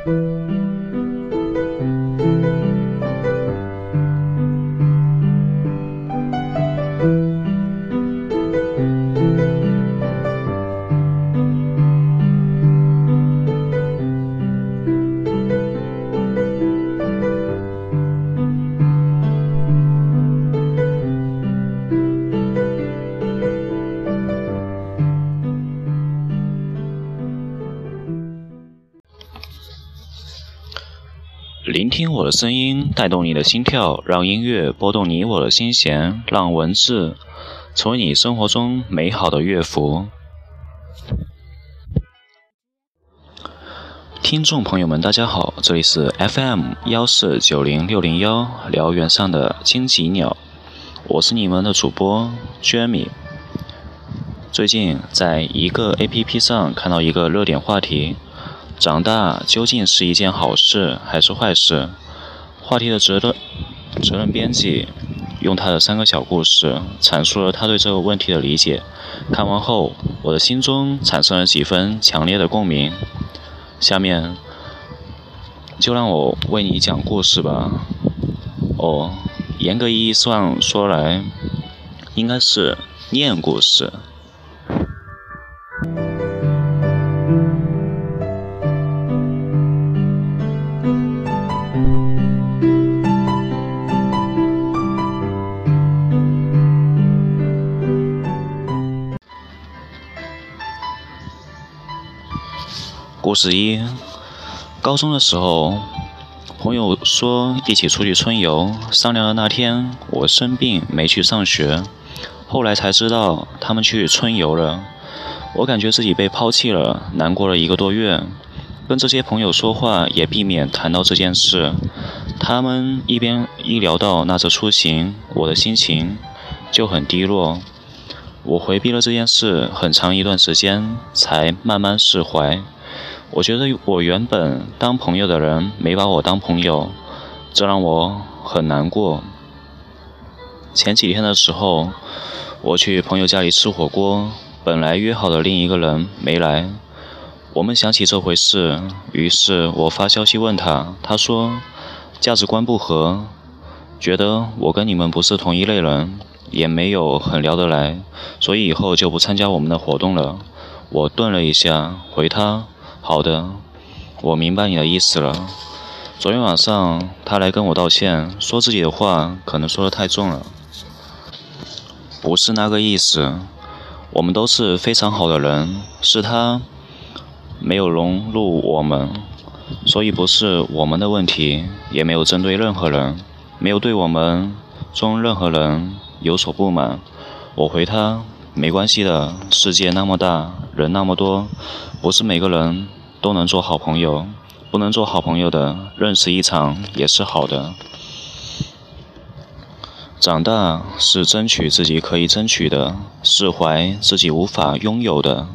聆听我的声音，带动你的心跳，让音乐拨动你我的心弦，让文字成为你生活中美好的乐符。听众朋友们，大家好，这里是 FM1490601 燎原上的荆棘鸟，我是你们的主播 Jamie。最近在一个 APP 上看到一个热点话题，长大究竟是一件好事还是坏事？话题的责任编辑用他的3个小故事阐述了他对这个问题的理解。看完后，我的心中产生了几分强烈的共鸣。下面就让我为你讲故事吧。严格意义上说来，应该是念故事。故事1：高中的时候，朋友说一起出去春游，商量的那天我生病没去上学，后来才知道他们去春游了。我感觉自己被抛弃了，难过了1个多月。跟这些朋友说话也避免谈到这件事，他们一聊到那次出行，我的心情就很低落。我回避了这件事很长一段时间，才慢慢释怀。我觉得我原本当朋友的人没把我当朋友，这让我很难过。前几天的时候，我去朋友家里吃火锅，本来约好的另一个人没来。我们想起这回事，于是我发消息问他，他说价值观不合，觉得我跟你们不是同一类人，也没有很聊得来，所以以后就不参加我们的活动了。我顿了一下，回他好的，我明白你的意思了。昨天晚上他来跟我道歉，说自己的话可能说得太重了，不是那个意思，我们都是非常好的人，是他没有融入我们，所以不是我们的问题，也没有针对任何人，没有对我们中任何人有所不满。我回他没关系的，世界那么大，人那么多，不是每个人都能做好朋友，不能做好朋友的，认识一场也是好的。长大是争取自己可以争取的，释怀自己无法拥有的。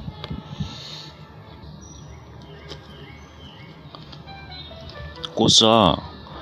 故事2：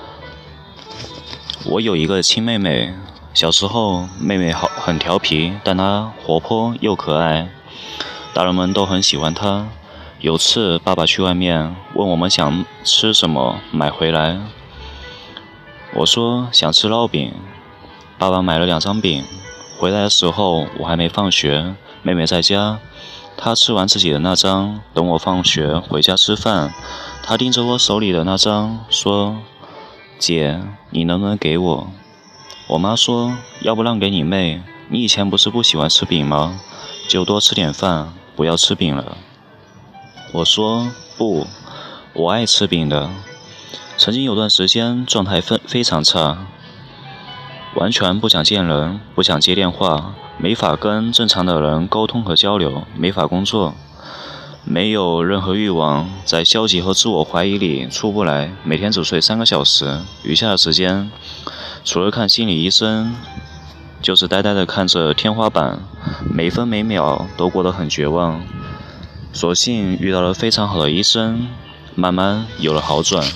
我有一个亲妹妹，小时候妹妹很调皮，但她活泼又可爱，大人们都很喜欢她。有次爸爸去外面问我们想吃什么，买回来。我说想吃烙饼，爸爸买了2张饼。回来的时候我还没放学，妹妹在家，她吃完自己的那张，等我放学回家吃饭，她盯着我手里的那张说，姐，你能不能给我？我妈说，要不让给你妹，你以前不是不喜欢吃饼吗？就多吃点饭，不要吃饼了。我说不，我爱吃饼的。曾经有段时间状态非常差，完全不想见人，不想接电话，没法跟正常的人沟通和交流，没法工作，没有任何欲望，在消极和自我怀疑里出不来，每天只睡3个小时，余下的时间除了看心理医生，就是呆呆地看着天花板，每分每秒都过得很绝望。所幸遇到了非常好的医生，慢慢有了好转。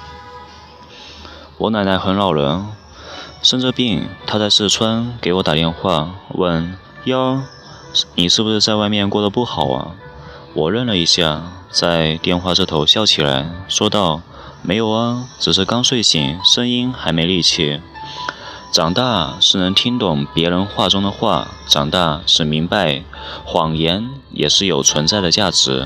我奶奶很老人，生着病，她在四川给我打电话问，幺，你是不是在外面过得不好啊？我愣了一下， 在电话这头笑起来，说道：“没有啊，只是刚睡醒，声音还没力气。长大是能听懂别人话中的话，长大是明白谎言也是有存在的价值。”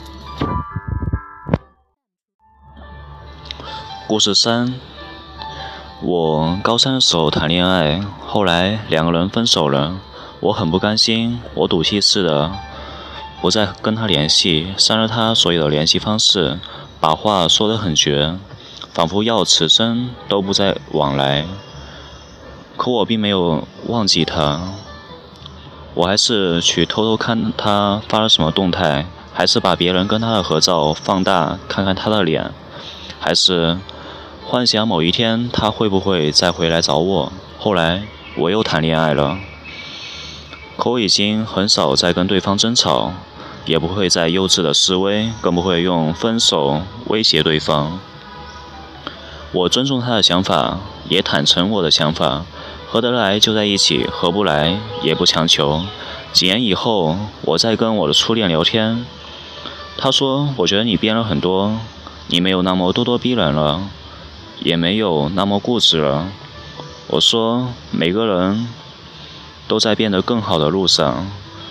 故事3：我高3的时候谈恋爱，后来2个人分手了，我很不甘心，我赌气似的不再跟他联系，删了他所有的联系方式，把话说得很绝，仿佛要此生都不再往来。可我并没有忘记他，我还是去偷偷看他发了什么动态，还是把别人跟他的合照放大看看他的脸，还是幻想某一天他会不会再回来找我。后来我又谈恋爱了，可我已经很少再跟对方争吵，也不会再幼稚的示威，更不会用分手威胁对方。我尊重他的想法，也坦诚我的想法，合得来就在一起，合不来也不强求。几年以后，我在跟我的初恋聊天，他说：“我觉得你变了很多，你没有那么咄咄逼人了，也没有那么固执了。”我说：“每个人都在变得更好的路上。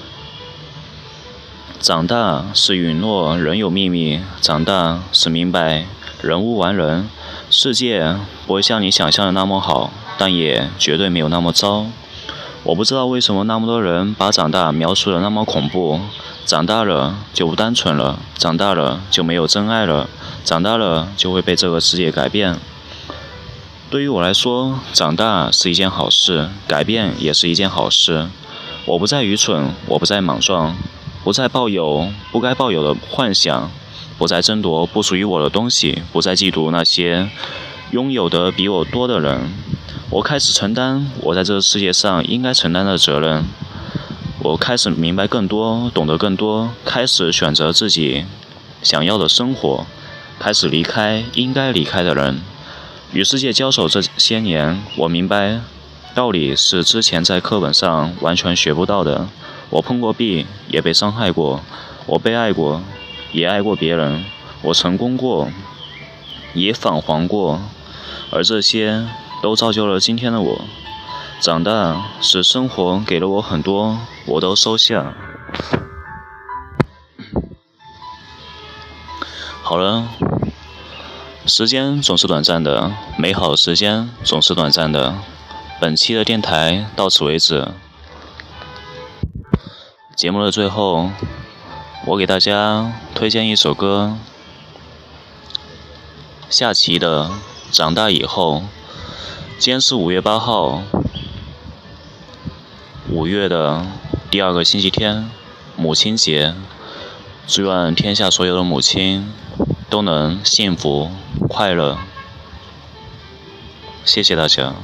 长大是允诺人有秘密，长大是明白人无完人。世界不会像你想象的那么好，但也绝对没有那么糟。我不知道为什么那么多人把长大描述得那么恐怖。长大了就不单纯了，长大了就没有真爱了，长大了就会被这个世界改变。对于我来说，长大是一件好事，改变也是一件好事。我不再愚蠢，我不再莽撞，不再抱有不该抱有的幻想，不再争夺不属于我的东西，不再嫉妒那些拥有的比我多的人。我开始承担我在这个世界上应该承担的责任。我开始明白更多，懂得更多，开始选择自己想要的生活，开始离开应该离开的人。与世界交手这些年，我明白道理是之前在课本上完全学不到的。我碰过壁，也被伤害过，我被爱过，也爱过别人，我成功过，也彷徨过，而这些都造就了今天的我。长大是生活给了我很多，我都收下。好了，时间总是短暂的，美好的时间总是短暂的。本期的电台到此为止。节目的最后，我给大家推荐一首歌，夏奇的《长大以后》。今天是5月8号，5月的第2个星期天，母亲节。祝愿天下所有的母亲都能幸福快乐。谢谢大家。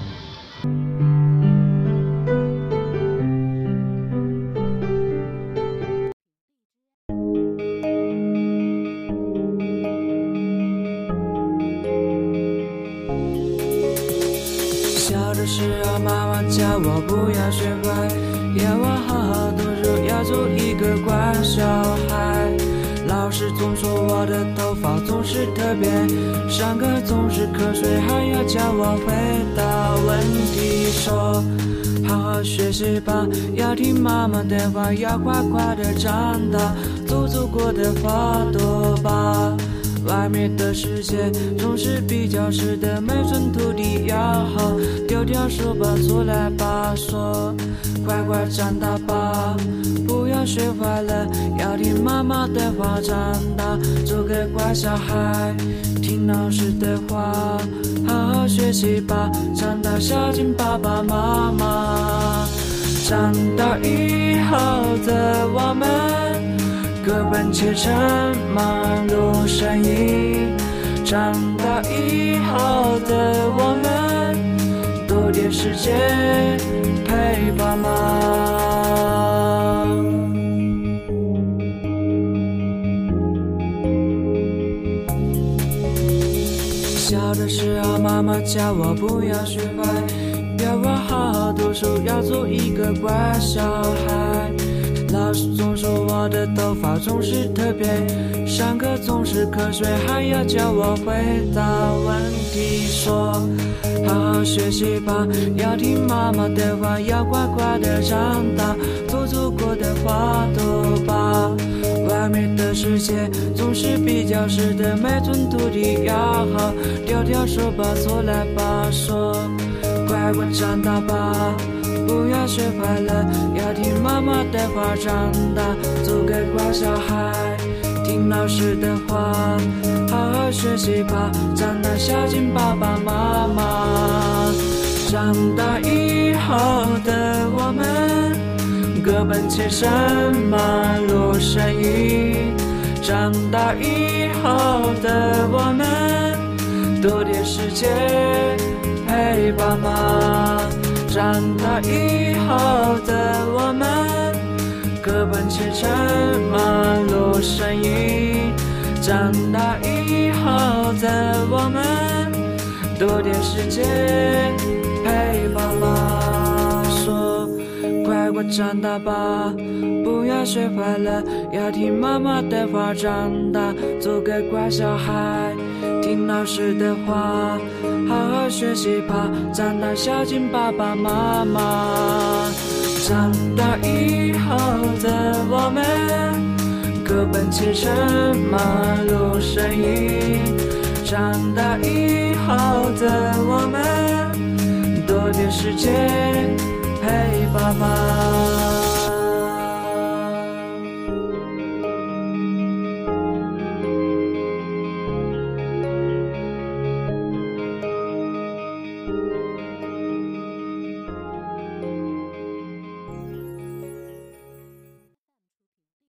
小的时候，妈妈叫我不要学坏，要我好好读书，要做一个乖小孩。老师总说我的头发总是特别，上课总是瞌睡，还要叫我回答问题，说好好学习吧，要听妈妈的话，要快快的长大，走走过的花朵吧。外面的世界总是比较湿的，每寸土地要好，丢掉书包出来吧，说快快长大吧，不要学坏了，要听妈妈的话，长大做个乖小孩，听老师的话，好好学习吧，长大孝敬爸爸妈妈。长大以后的我们各奔前程，忙碌生意。长大以后的我们，多点时间陪爸妈。小的时候，妈妈叫我不要学坏，要我好好读书，要做一个乖小孩。 老师总说我的头发总是特别，上课总是瞌睡，还要叫我回答问题。说好好学习吧，要听妈妈的话，要乖乖的长大，做祖国的花朵吧。外面的世界总是比较实的，每寸土地要好，条条手把错来吧。说乖乖长大吧，不要学坏了，要听妈妈的话，长大做个乖小孩，听老师的话，好好学习吧，长大孝敬爸爸妈妈。长大以后的我们，各奔前程，马路生意。长大以后的我们，多点时间陪爸妈。长大以后的我们，各奔前程，马路生意。长大以后的我们，多点时间陪爸妈。说乖乖长大吧，不要学坏了，要听妈妈的话，长大做个乖小孩，听老师的话，好好学习吧，长大孝敬爸爸妈妈。长大以后的我们，各奔前程，马路生意。长大以后的我们，多点时间陪爸妈。